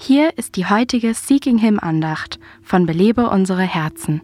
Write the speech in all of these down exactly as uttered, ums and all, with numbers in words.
Hier ist die heutige Seeking Him Andacht von Belebe unsere Herzen.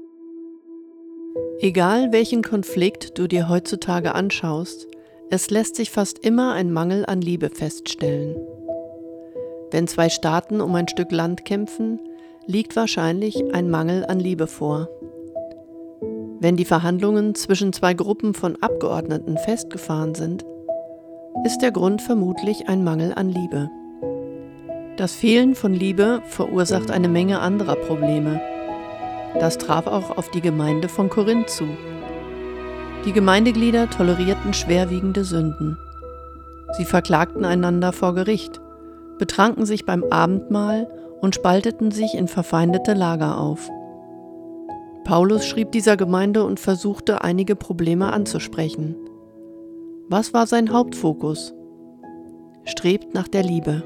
Egal welchen Konflikt du dir heutzutage anschaust, es lässt sich fast immer ein Mangel an Liebe feststellen. Wenn zwei Staaten um ein Stück Land kämpfen, liegt wahrscheinlich ein Mangel an Liebe vor. Wenn die Verhandlungen zwischen zwei Gruppen von Abgeordneten festgefahren sind, ist der Grund vermutlich ein Mangel an Liebe. Das Fehlen von Liebe verursacht eine Menge anderer Probleme. Das traf auch auf die Gemeinde von Korinth zu. Die Gemeindeglieder tolerierten schwerwiegende Sünden. Sie verklagten einander vor Gericht, betranken sich beim Abendmahl und spalteten sich in verfeindete Lager auf. Paulus schrieb dieser Gemeinde und versuchte, einige Probleme anzusprechen. Was war sein Hauptfokus? Strebt nach der Liebe.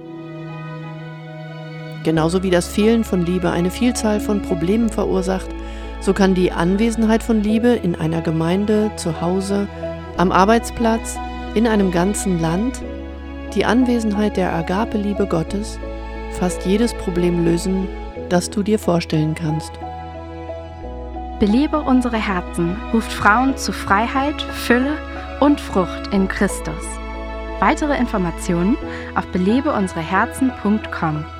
Genauso wie das Fehlen von Liebe eine Vielzahl von Problemen verursacht, so kann die Anwesenheit von Liebe in einer Gemeinde, zu Hause, am Arbeitsplatz, in einem ganzen Land, die Anwesenheit der Agape-Liebe Gottes, fast jedes Problem lösen, das du dir vorstellen kannst. Belebe unsere Herzen ruft Frauen zu Freiheit, Fülle und Frucht in Christus. Weitere Informationen auf belebe unsere herzen punkt com.